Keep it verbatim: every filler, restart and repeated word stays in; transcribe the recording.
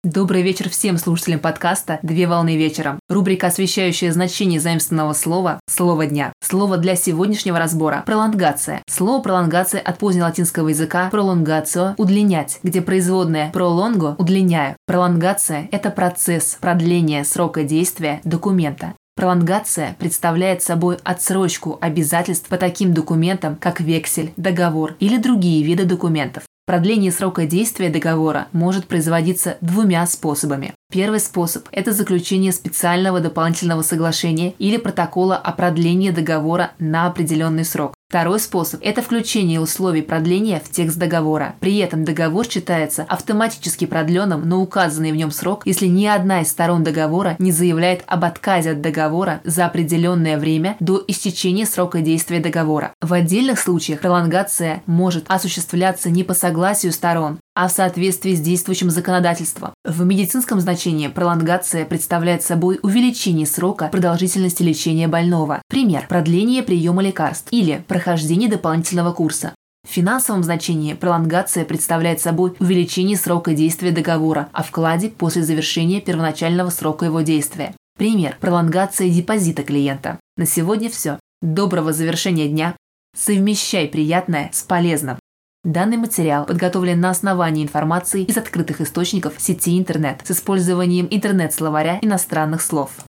Добрый вечер всем слушателям подкаста «Две волны вечером». Рубрика, освещающая значение заимствованного слова «Слово дня». Слово для сегодняшнего разбора – пролонгация. Слово пролонгация от позднелатинского языка prolongatio – удлинять, где производное prolongo – удлиняю. Пролонгация – это процесс продления срока действия документа. Пролонгация представляет собой отсрочку обязательств по таким документам, как вексель, договор или другие виды документов. Продление срока действия договора может производиться двумя способами. Первый способ – это заключение специального дополнительного соглашения или протокола о продлении договора на определенный срок. Второй способ – это включение условий продления в текст договора. При этом договор считается автоматически продленным на указанный в нем срок, если ни одна из сторон договора не заявляет об отказе от договора за определенное время до истечения срока действия договора. В отдельных случаях пролонгация может осуществляться не по согласию сторон, а в соответствии с действующим законодательством. В медицинском значении пролонгация представляет собой увеличение срока продолжительности лечения больного. Пример – продление приема лекарств или прохождение дополнительного курса. В финансовом значении пролонгация представляет собой увеличение срока действия договора о вкладе после завершения первоначального срока его действия. Пример – пролонгация депозита клиента. На сегодня все. Доброго завершения дня. Совмещай приятное с полезным. Данный материал подготовлен на основании информации из открытых источников сети интернет с использованием интернет-словаря иностранных слов.